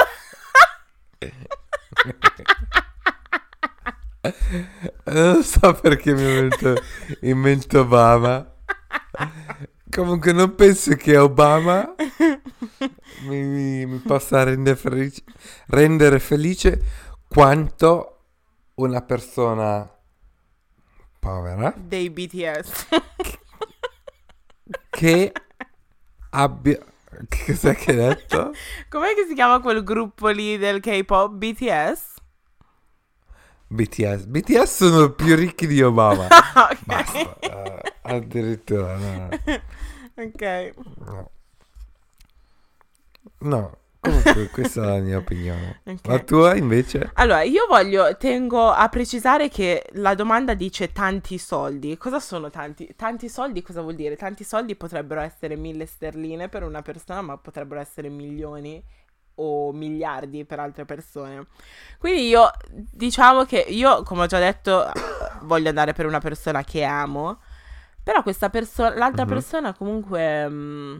Non so perché mi è venuto in mente Obama. Comunque non penso che Obama mi, mi- mi possa rendere felice, rendere felice quanto una persona povera Dei B T S. che abbia... Che cos'è che hai detto? Com'è che si chiama quel gruppo lì del K-pop? B T S? B T S. B T S sono più ricchi di Obama. Ok. Basta. eh, addirittura, no, no. Ok. No. No, comunque questa è la mia opinione. Ok. La tua invece? Allora, io voglio, tengo a precisare che la domanda dice tanti soldi. Cosa sono tanti? Tanti soldi cosa vuol dire? Tanti soldi potrebbero essere mille sterline per una persona, ma potrebbero essere milioni o miliardi per altre persone. Quindi io, diciamo che io, come ho già detto, voglio andare per una persona che amo, però questa persona, l'altra Mhm. persona comunque... mm,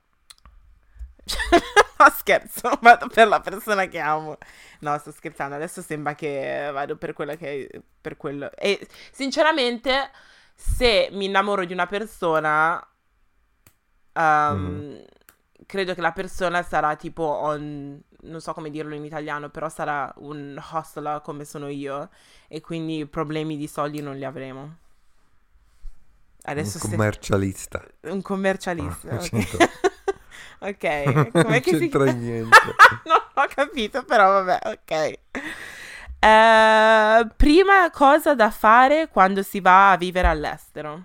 no, scherzo, vado per la persona che amo. No, sto scherzando. Adesso sembra che vado per quella che per quello. E sinceramente, se mi innamoro di una persona, Mhm. um, credo che la persona sarà tipo on, non so come dirlo in italiano, però sarà un hustler come sono io. E quindi problemi di soldi non li avremo. Un Adesso se... commercialista. Un No, commercialista, non ok. c'entra, Ok, non com'è che si c'entra chiama? niente. Non ho capito, però vabbè, ok. Eh, prima cosa da fare quando si va a vivere all'estero?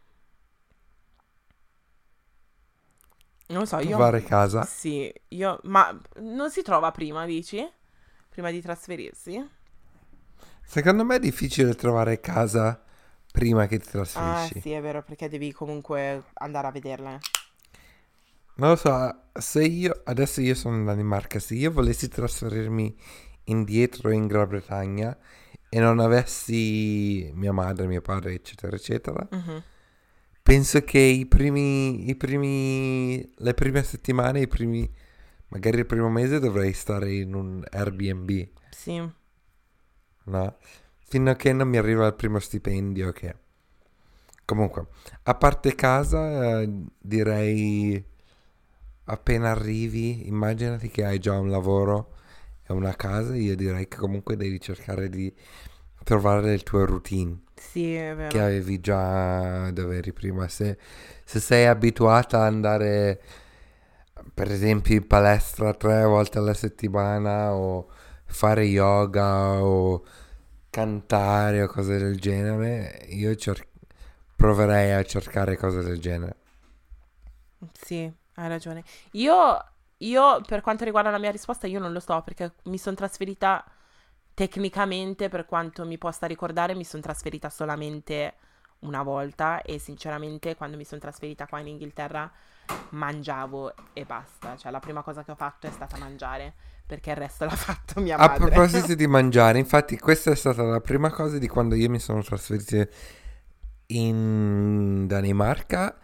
Non lo so, io... Trovare casa. Sì, io... Ma non si trova prima, dici? Prima di trasferirsi? Secondo me è difficile trovare casa prima che ti Ah, trasferisci. sì, è vero, perché devi comunque andare a vederla. Non lo so, se io adesso io sono in Danimarca, se io volessi trasferirmi indietro in Gran Bretagna e non avessi mia madre, mio padre, eccetera, eccetera, Mhm. penso che i primi, i primi, le prime settimane, i primi, magari il primo mese dovrei stare in un Airbnb, Sì. no? Fino a che non mi arriva il primo stipendio, che... Comunque, a parte casa, eh, direi appena arrivi, immaginati che hai già un lavoro e una casa, io direi che comunque devi cercare di trovare le tue routine Sì, è che vero. avevi già dove eri prima. Se, se sei abituata ad andare, per esempio, in palestra tre volte alla settimana o fare yoga o cantare o cose del genere, io cer- proverei a cercare cose del genere. Sì, hai ragione. Io, io, per quanto riguarda la mia risposta, io non lo so perché mi sono trasferita tecnicamente, per quanto mi possa ricordare, mi sono trasferita solamente una volta e sinceramente quando mi sono trasferita qua in Inghilterra mangiavo e basta. Cioè la prima cosa che ho fatto è stata mangiare perché il resto l'ha fatto mia A madre. proposito di mangiare, infatti questa è stata la prima cosa di quando io mi sono trasferito in Danimarca.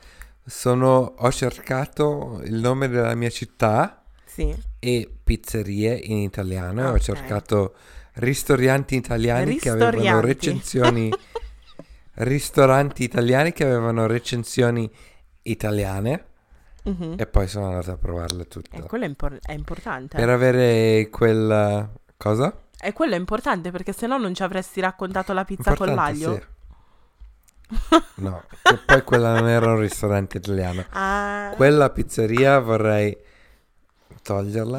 sono, ho cercato il nome della mia città Sì. e pizzerie in italiano, e ho Ok. cercato ristoranti italiani che avevano Ristorianti. recensioni, ristoranti italiani che avevano recensioni italiane, Mhm. e poi sono andato a provarle E tutte. quello è, impor- è importante. Per avere quel... cosa? E quello è importante perché sennò non ci avresti raccontato la pizza con Importante, l'aglio. sì. No, che poi quella non era un ristorante italiano. Ah. Quella pizzeria vorrei toglierla.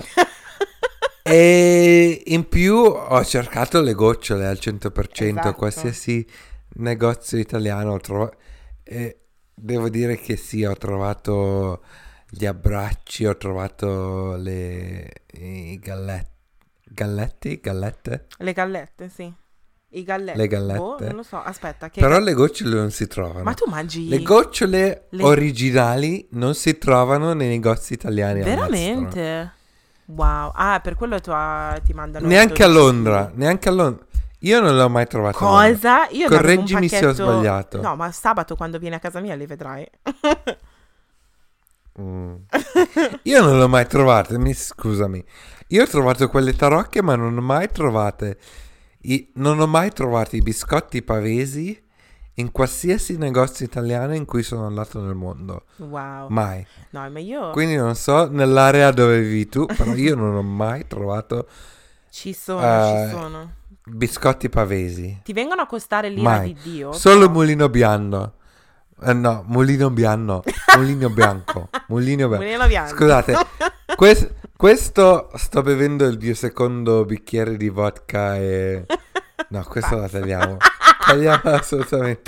E in più ho cercato le gocciole al cento per cento, Esatto. qualsiasi negozio italiano ho trovato. E devo dire che sì, ho trovato gli abbracci, ho trovato le i gallet- galletti, gallette, Le gallette, sì. I galletti. le Boh, gallette. non lo so. Aspetta, che Però ga- le gocciole non si trovano. Ma tu mangi Le gocciole le- originali non si trovano nei negozi italiani all'estero. veramente? Wow. Ah, per quello tu, ah, ti mandano Neanche a dodici Londra, neanche a Londra. Io non l'ho mai trovato a Londra. Cosa? Io ne avevo un Correggimi se ho pacchetto- sbagliato. No, ma sabato quando vieni a casa mia li vedrai. Mm. Io non l'ho mai trovato, mi scusami. Io ho trovato quelle tarocche, ma non ho mai trovate i, non ho mai trovato i biscotti pavesi in qualsiasi negozio italiano in cui sono andato nel mondo. Wow. Mai. No, ma io Quindi non so nell'area dove vivi tu, però io non ho mai trovato ci sono, eh, ci sono. biscotti pavesi. Ti vengono a costare l'ira Mai. di Dio? Solo però- mulino bianco. Eh, no, mulino bianco. Mulino bianco. Mulino bianco. Mulino bianco. Scusate, quest- questo sto bevendo il mio secondo bicchiere di vodka e... No, questo la tagliamo. Tagliamo assolutamente.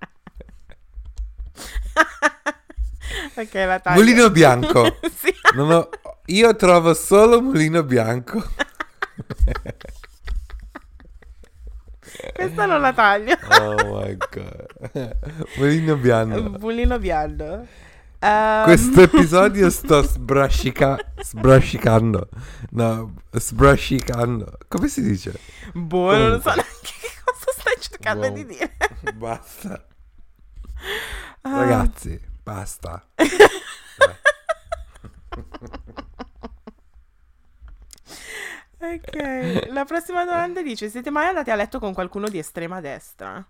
Ok, la taglio. Mulino bianco. Sì. Non ho- Io trovo solo mulino bianco. Questa non la taglio. Oh my god. Mulino bianco. Mulino bianco. Ehm, Questo episodio sto sbrascica- sbrascicando. No, sbrascicando. Come si dice? Boh, non lo so Comunque. neanche che cosa stai cercando Boh. di dire. Basta. Ah. Ragazzi, basta. Ok, la prossima domanda dice: siete mai andati a letto con qualcuno di estrema destra?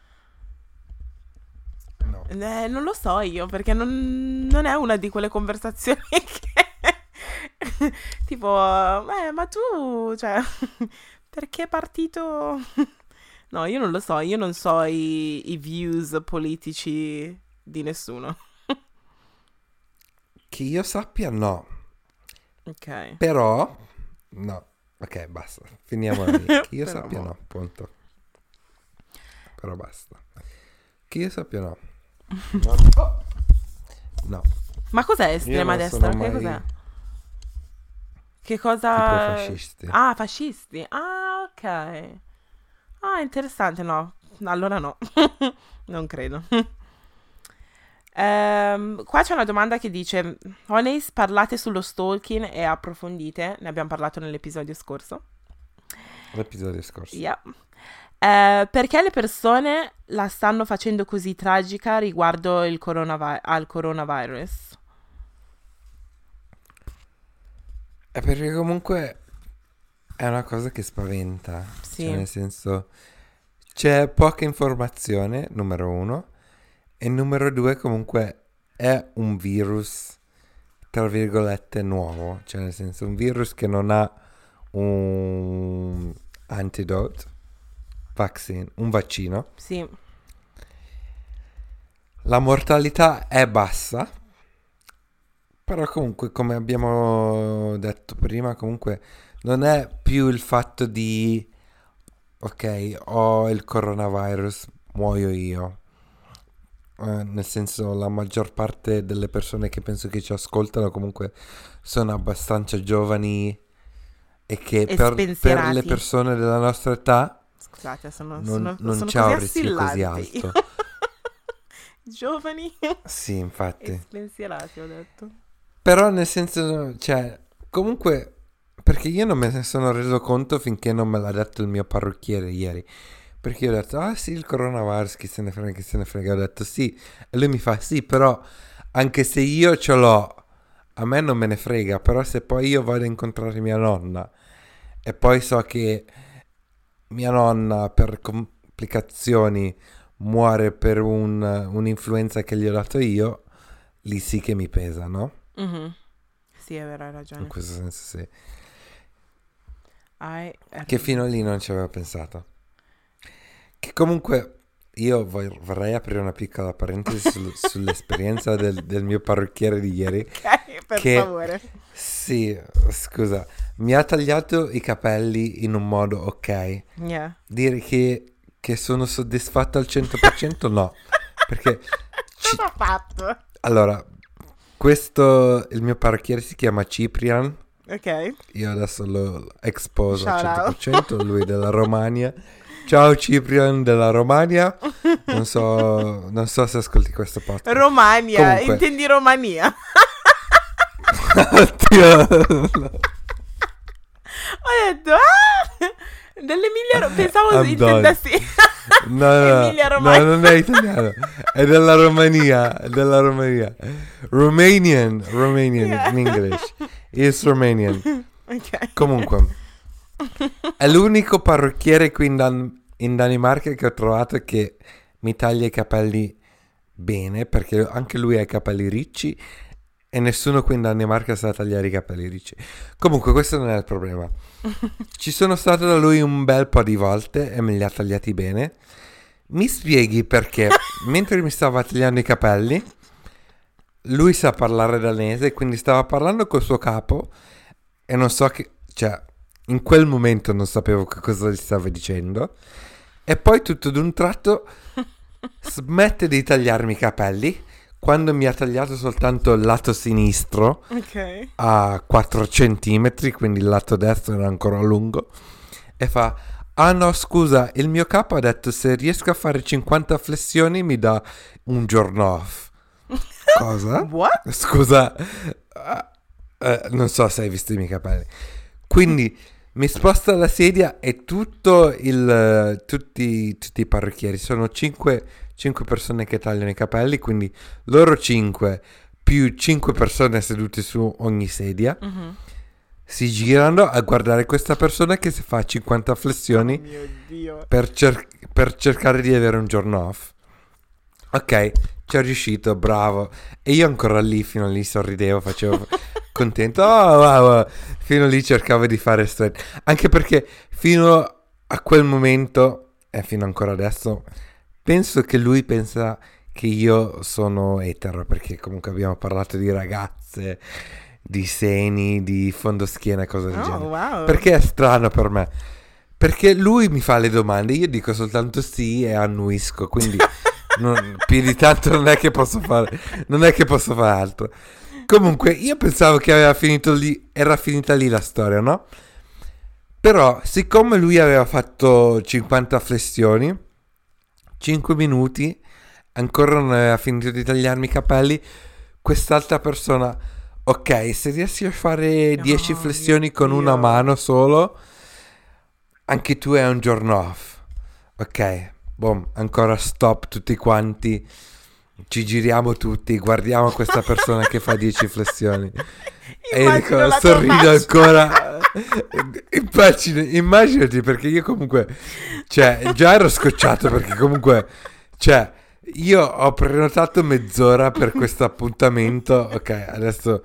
No. Eh, non lo so io, perché non, non è una di quelle conversazioni che... tipo, eh, ma tu, cioè, perché partito... No, io non lo so, io non so i, i views politici di nessuno. Che io sappia, no. Ok. Però, no. Ok, basta. Finiamo lì. Che io Però sappia, mo. no. Punto. Però basta. Che io sappia, no. No. Oh. No. Ma cos'è Io estrema non destra? sono Che mai cos'è? Che cosa... tipo fascisti. Ah, fascisti. Ah, ok. Ah, interessante, no. Allora no. Non credo. Ehm, qua c'è una domanda che dice: Oneis, parlate sullo stalking e approfondite. Ne abbiamo parlato nell'episodio scorso. L'episodio scorso. Yeah. Eh, perché le persone la stanno facendo così tragica riguardo il coronavi- al coronavirus? È perché comunque è una cosa che spaventa. Sì. Cioè, nel senso, c'è poca informazione, numero uno. E numero due, comunque, è un virus, tra virgolette, nuovo. Cioè, nel senso, un virus che non ha un antidote, vaccine, un vaccino. Sì. La mortalità è bassa, però comunque, come abbiamo detto prima, comunque non è più il fatto di ok, ho il coronavirus, muoio io. Eh, nel senso, la maggior parte delle persone che penso che ci ascoltano comunque sono abbastanza giovani e che E per, per spensierati. le persone della nostra età Scusate, sono, non, sono, non sono c'è un così rischio così assillanti. alto. Giovani Sì, e infatti. spensierati, ho detto. Però nel senso, cioè, comunque, perché io non me ne sono reso conto finché non me l'ha detto il mio parrucchiere ieri. Perché io ho detto, ah sì, il coronavirus, chi se ne frega, chi se ne frega. Ho detto sì. E lui mi fa, sì, però anche se io ce l'ho, a me non me ne frega, però se poi io vado a incontrare mia nonna e poi so che mia nonna per complicazioni muore per un, un'influenza che gli ho dato io, lì sì che mi pesa, no? Mm-hmm. Sì, è vero, hai ragione. In questo senso sì. Hai Che fino a lì non ci avevo pensato. Che comunque io vor- vorrei aprire una piccola parentesi sul- sull'esperienza del, del mio parrucchiere di ieri. Ok, per che, favore. Sì, scusa, mi ha tagliato i capelli in un modo ok. Yeah. Dire che, che sono soddisfatto al cento per cento no. Perché ci- Cosa ha fatto? allora, questo, il mio parrucchiere si chiama Ciprian. Ok. Io adesso lo esposo al Shout cento per out. cento, lui è della Romagna. Ciao Ciprian della Romagna. Non so, non so se ascolti questo podcast. Romania, Comunque. intendi Romania? Oddio. Ho detto, ah! Dell'Emilia Ro- pensavo I'm intendessi No, no, no, Emilia no, Romagna. non è italiano, è della Romania, è della Romania. Romanian, Romanian Yeah. in English. It's Romanian. Ok. Comunque, è l'unico parrucchiere qui in, Dan- in Danimarca che ho trovato che mi taglia i capelli bene, perché anche lui ha i capelli ricci e nessuno qui in Danimarca sa tagliare i capelli ricci. Comunque questo non è il problema. Ci sono stato da lui un bel po' di volte e me li ha tagliati bene. Mi spieghi perché mentre mi stava tagliando i capelli, lui sa parlare danese, quindi stava parlando col suo capo e non so che, cioè, in quel momento non sapevo che cosa gli stava dicendo. E poi tutto d'un tratto smette di tagliarmi i capelli quando mi ha tagliato soltanto il lato sinistro Ok. a quattro centimetri, quindi il lato destro era ancora lungo, e fa: ah no, scusa, il mio capo ha detto se riesco a fare cinquanta flessioni mi dà un giorno off. Cosa? What? Scusa, eh, eh, non so se hai visto i miei capelli. Quindi mi sposta la sedia e tutto il, tutti, tutti i parrucchieri, sono cinque, cinque persone che tagliano i capelli, quindi loro cinque più cinque persone sedute su ogni sedia, Mm-hmm. si girano a guardare questa persona che si fa cinquanta flessioni Oh mio Dio. per, cer- per cercare di avere un giorno off. Ok, ci è riuscito, bravo. E io ancora lì, fino lì sorridevo, facevo contento. Oh, wow, wow. Fino lì cercavo di fare straight. Anche perché fino a quel momento, e fino ancora adesso, penso che lui pensa che io sono etero, perché comunque abbiamo parlato di ragazze, di seni, di fondoschiena e cose del Oh, genere. wow. Perché è strano per me. Perché lui mi fa le domande, io dico soltanto sì e annuisco, quindi non, più di tanto non è che posso fare, non è che posso fare altro. Comunque io pensavo che aveva finito lì, era finita lì la storia, no? Però siccome lui aveva fatto cinquanta flessioni, cinque minuti, ancora non aveva finito di tagliarmi i capelli, quest'altra persona, ok, se riesci a fare dieci Oh, flessioni mio con una Dio. mano solo, anche tu hai un giorno off. Ok, boom, ancora stop tutti quanti, ci giriamo tutti, guardiamo questa persona che fa dieci flessioni. E io dico, Immagino la tua sorrido faccia. ancora. Immagini, immaginati, perché io comunque, cioè, già ero scocciato perché comunque, cioè, io ho prenotato mezz'ora per questo appuntamento. Ok, adesso.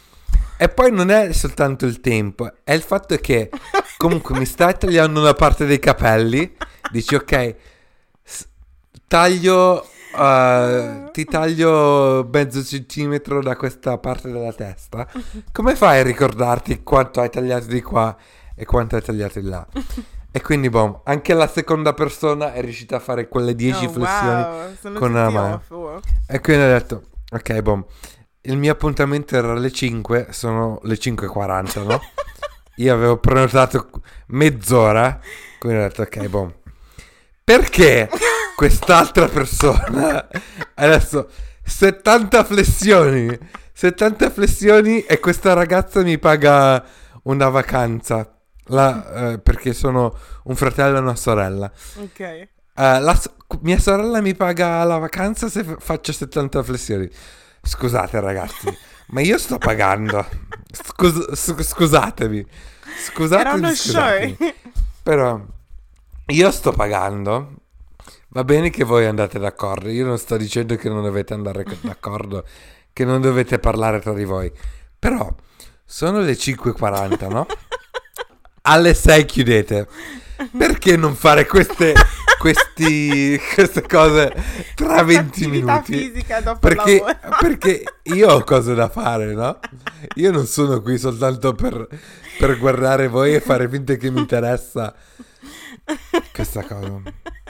E poi non è soltanto il tempo, è il fatto che comunque mi stai tagliando una parte dei capelli. Dici, ok, s- taglio. Uh, ti taglio mezzo centimetro da questa parte della testa. Come fai a ricordarti quanto hai tagliato di qua e quanto hai tagliato di là? E quindi, boh, anche la seconda persona è riuscita a fare quelle dieci Oh, flessioni wow. Sono con una tutti mano. off, wow. E quindi ho detto, ok, boh, il mio appuntamento era alle cinque, sono le cinque e quaranta, no? Io avevo prenotato mezz'ora, quindi ho detto, ok, boh, perché quest'altra persona adesso settanta flessioni settanta flessioni e questa ragazza mi paga una vacanza la, eh, perché sono un fratello e una sorella. Ok. Eh, la so- mia sorella mi paga la vacanza se f- faccio settanta flessioni. Scusate ragazzi, ma io sto pagando. Scus- sc- scusatemi. Era Scusatemi, uno scusatemi. show. Però io sto pagando. Va bene che voi andate d'accordo. Io non sto dicendo che non dovete andare d'accordo, che non dovete parlare tra di voi. Però sono le cinque e quaranta, no? Alle sei chiudete. Perché non fare queste, questi, queste cose tra venti Attività minuti? fisica dopo il Perché, lavoro. perché io ho cose da fare, no? Io non sono qui soltanto per, per guardare voi e fare finta che mi interessa questa cosa.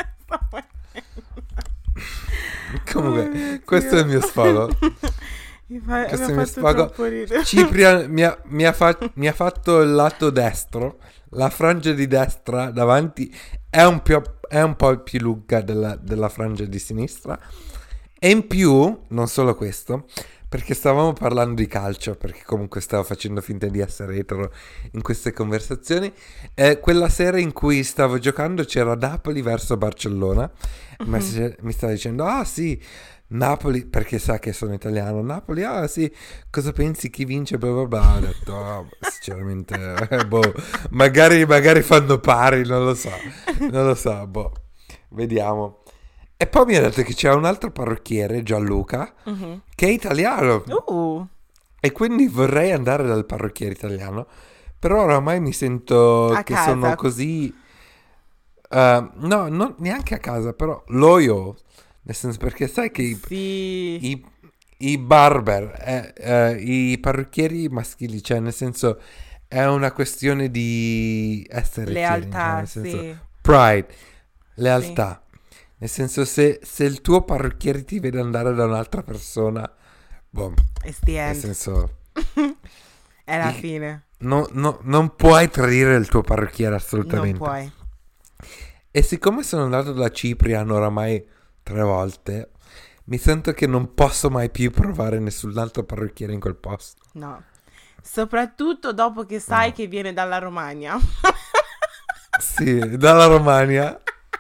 Comunque, Oh mio questo è il Dio. mio sfogo. Mi fa- Questo è mi il ha mio fatto sfogo. troppo ridere. Ciprian mi ha, mi ha fa- mi ha fatto il lato destro. La frangia di destra davanti è un, più- è un po' più lunga della, della frangia di sinistra. E in più, non solo questo, perché stavamo parlando di calcio, perché comunque stavo facendo finta di essere etero in queste conversazioni. Eh, quella sera in cui stavo giocando c'era Napoli verso Barcellona. Ma Mhm. si- mi stava dicendo, ah sì, Napoli, perché sa che sono italiano. Napoli, ah sì, cosa pensi, chi vince, bla bla bla. Ho detto, "Ah, sinceramente, eh, boh, magari, magari fanno pari, non lo so, non lo so, boh, vediamo. E poi mi ha detto che c'è un altro parrucchiere, Gianluca, Mhm. che è italiano. Uh, E quindi vorrei andare dal parrucchiere italiano, però oramai mi sento a che sono casa. così... eh, no, non neanche a casa, però loyal, nel senso perché sai che i, Sì. i, i barber, eh, eh, i parrucchieri maschili, cioè nel senso è una questione di essere fieri, cioè Lealtà, nel senso sì. pride, Sì. lealtà. Nel senso se, se il tuo parrucchiere ti vede andare da un'altra persona, boh, It's the nel end. senso... È la i- fine. no- no- non puoi tradire il tuo parrucchiere Non assolutamente. puoi. E siccome sono andato da Ciprian oramai tre volte, mi sento che non posso mai più provare nessun altro parrucchiere in quel posto. No. Soprattutto dopo che sai No. che viene dalla Romagna. Sì, dalla Romagna.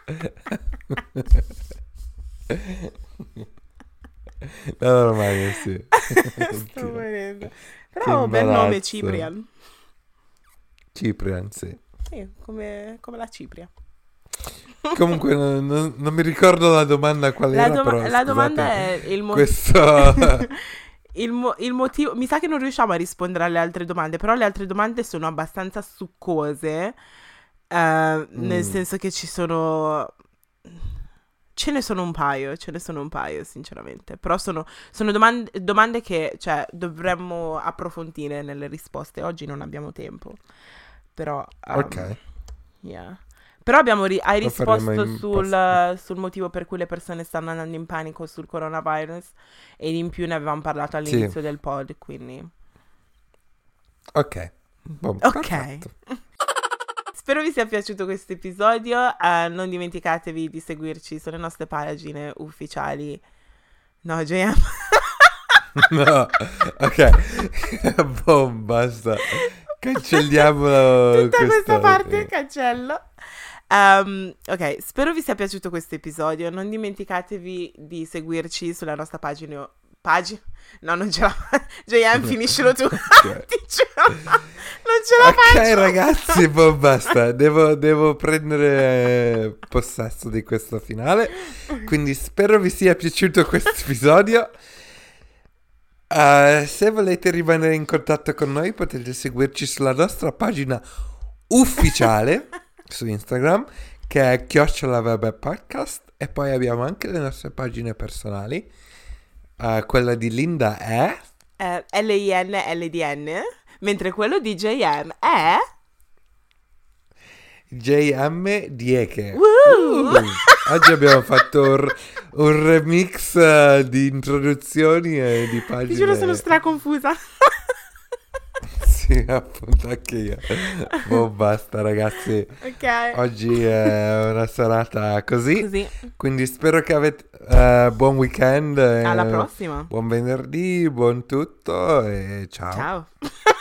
Dalla Romagna, sì. Sto Oddio. morendo. Che Però bel nome imbarazzo. Ciprian. Ciprian, sì. Sì, come, come la Cipria. Comunque non, non- non mi ricordo la domanda qual La, era, doma- però la domanda scusate, è il, mo- questo... il, mo- il motivo. Mi sa che non riusciamo a rispondere alle altre domande, però le altre domande sono abbastanza succose. eh, Nel Mm, senso che ci sono. Ce ne sono un paio, ce ne sono un paio, sinceramente. Però sono, sono domande, domande che, cioè, dovremmo approfondire nelle risposte. Oggi non abbiamo tempo. Però, um, ok, yeah. Però abbiamo ri- hai lo faremo risposto in sul, post. sul motivo per cui le persone stanno andando in panico sul coronavirus. E in più ne avevamo parlato Sì, all'inizio del pod, quindi. ok, boh, Ok. perfetto. Spero vi sia piaciuto questo episodio. eh, non dimenticatevi di seguirci sulle nostre pagine ufficiali. No, J M. No, ok, boh, basta, cancelliamo Tutta questa questo. parte eh. cancello. Ehm, ok, spero vi sia piaciuto questo episodio. Non dimenticatevi di seguirci sulla nostra pagina. Pagina? No, non ce la faccio. J M, finiscilo tu. Ok. Ti giuro, non ce la Ok faccio. ragazzi, boh, basta, devo, devo prendere eh, possesso di questo finale, quindi spero vi sia piaciuto questo episodio. Eh, se volete rimanere in contatto con noi potete seguirci sulla nostra pagina ufficiale su Instagram, che è chiocciola vabbè podcast, e poi abbiamo anche le nostre pagine personali. Eh, quella di Linda è Eh, L I N L D N, mentre quello di J M è. J M Dieke. Woo! Uh, oggi abbiamo fatto un, r- un remix eh, di introduzioni e di Ti giuro, sono pagine. straconfusa. Sì, appunto, anche io. Boh, basta ragazzi. Ok. Oggi è una serata così. Così, Quindi spero che avete eh, buon weekend. alla eh, prossima. buon venerdì, buon tutto e ciao. Ciao.